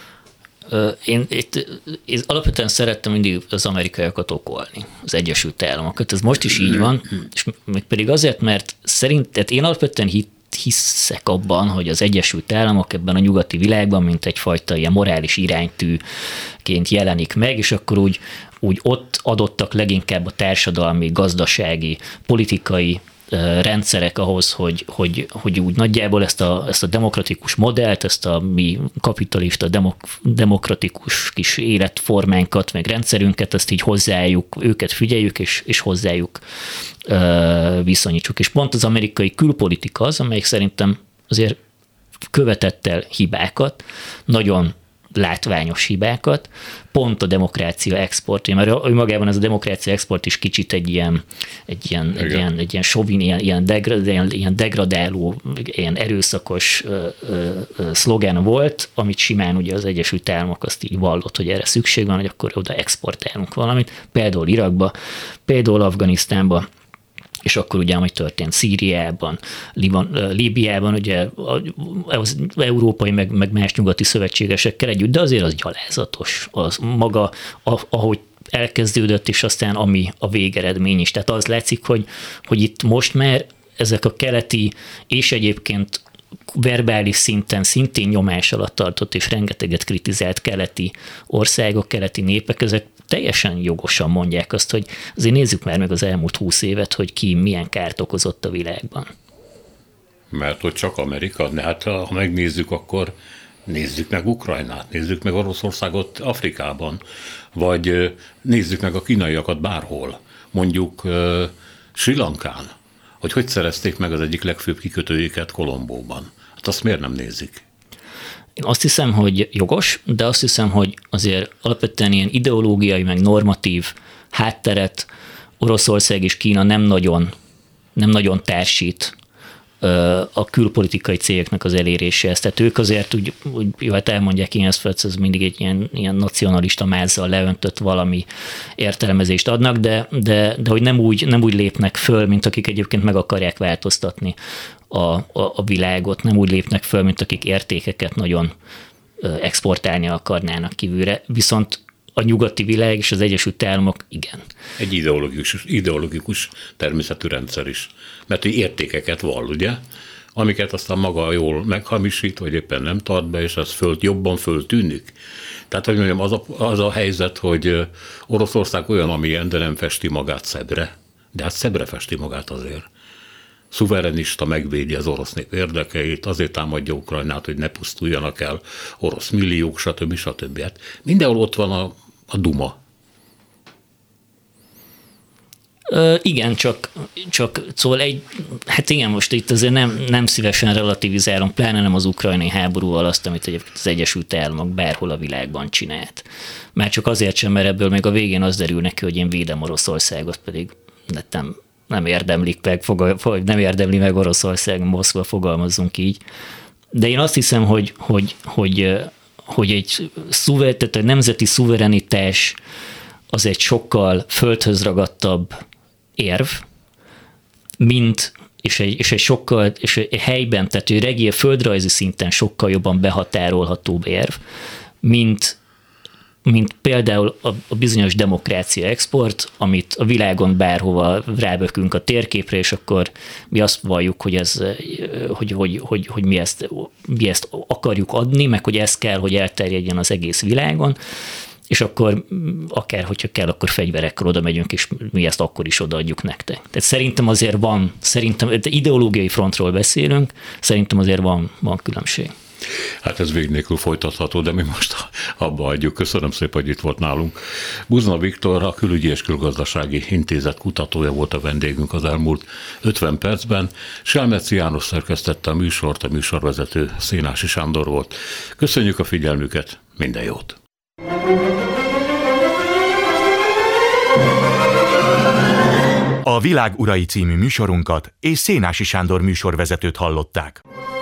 Én alapvetően szerettem mindig az amerikaiakat okolni, az Egyesült Államokat. Ez most is így van, és még pedig azért, mert tehát én alapvetően hiszek abban, hogy az Egyesült Államok ebben a nyugati világban, mint egyfajta ilyen morális iránytűként jelenik meg, és akkor úgy ott adottak leginkább a társadalmi, gazdasági, politikai rendszerek ahhoz, hogy úgy nagyjából ezt a demokratikus modellt, ezt a mi kapitalista demokratikus kis életformánkat, meg rendszerünket, ezt így hozzájuk, őket figyeljük, és hozzájuk viszonyítsuk. És pont az amerikai külpolitika az, amelyik szerintem azért követett el hibákat, nagyon látványos hibákat, pont a demokrácia exportja, mert magában ez a demokrácia export is kicsit egy ilyen sovin, ilyen degradáló, ilyen erőszakos szlogán volt, amit simán ugye az Egyesült Államok azt így vallott, hogy erre szükség van, hogy akkor oda exportálunk valamit, például Irakba, például Afganisztánba, és akkor ugye, ami történt Szíriában, Líbiában, ugye az európai, meg más nyugati szövetségesekkel együtt, de azért az gyalázatos, az maga, ahogy elkezdődött, és aztán ami a végeredmény is. Tehát az látszik, hogy itt most már ezek a keleti, és egyébként verbális szinten szintén nyomás alatt tartott, és rengeteget kritizált keleti országok, keleti népek, ezek teljesen jogosan mondják azt, hogy azért nézzük már meg az elmúlt 20 évet, hogy ki milyen kárt okozott a világban. Mert hogy csak Amerika, de hát ha megnézzük, akkor nézzük meg Ukrajnát, nézzük meg Oroszországot Afrikában, vagy nézzük meg a kínaiakat bárhol, mondjuk Sri Lankán, hogy szerezték meg az egyik legfőbb kikötőjéket Kolombóban. Hát azt miért nem nézik? Én azt hiszem, hogy jogos, de azt hiszem, hogy azért alapvetően ilyen ideológiai, meg normatív hátteret Oroszország és Kína nem nagyon társít a külpolitikai céloknak az eléréséhez. Tehát ők azért úgy jó, hát elmondják, ilyen ez mindig egy ilyen nacionalista mázzal leöntött valami értelmezést adnak, de hogy nem úgy lépnek föl, mint akik egyébként meg akarják változtatni a világot, nem úgy lépnek föl, mint akik értékeket nagyon exportálni akarnának kívülre, viszont a nyugati világ és az Egyesült Államok igen. Egy ideológikus természetű rendszer is, mert értékeket vall, ugye? Amiket aztán maga jól meghamisít, vagy éppen nem tart be, és ez jobban föltűnik. Tehát, hogy mondjam, az a helyzet, hogy Oroszország olyan, amilyen, de nem festi magát szebbre. De hát szebbre festi magát azért. Szuverenista, megvédi az orosz nép érdekeit, azért támadja Ukrajnát, hogy ne pusztuljanak el orosz milliók, stb. Hát mindenhol ott van a duma. Igen, csak szóval hát igen, most itt azért nem szívesen relativizálom, pláne nem az ukrajnai háborúval azt, amit egyébként az Egyesült Államok bárhol a világban csinált. Már csak azért sem, mert ebből még a végén az derül neki, hogy én védem Oroszországot, pedig nem érdemlik meg, nem érdemli meg Oroszország, Moszkva, fogalmazzunk így. De én azt hiszem, hogy tehát a nemzeti szuverenitás az egy sokkal földhöz ragadtabb érv, és egy helyben, tehát egy földrajzi szinten sokkal jobban behatárolhatóbb érv, mint például a bizonyos demokrácia export, amit a világon bárhova rábökünk a térképre, és akkor mi azt valljuk, hogy mi ezt akarjuk adni, meg hogy ez kell, hogy elterjedjen az egész világon, és akkor akár, hogyha kell, akkor fegyverekkel oda megyünk, és mi ezt akkor is odaadjuk nektek. Tehát szerintem azért ideológiai frontról beszélünk, szerintem azért van különbség. Hát ez vég nélkül folytatható, de mi most abba hagyjuk. Köszönöm szépen, hogy itt volt nálunk. Buzna Viktor, a Külügyi és Külgazdasági Intézet kutatója volt a vendégünk az elmúlt 50 percben. Selmeci János szerkesztette a műsort, a műsorvezető Szénási Sándor volt. Köszönjük a figyelmüket, minden jót! A Világ urai című műsorunkat és Szénási Sándor műsorvezetőt hallották.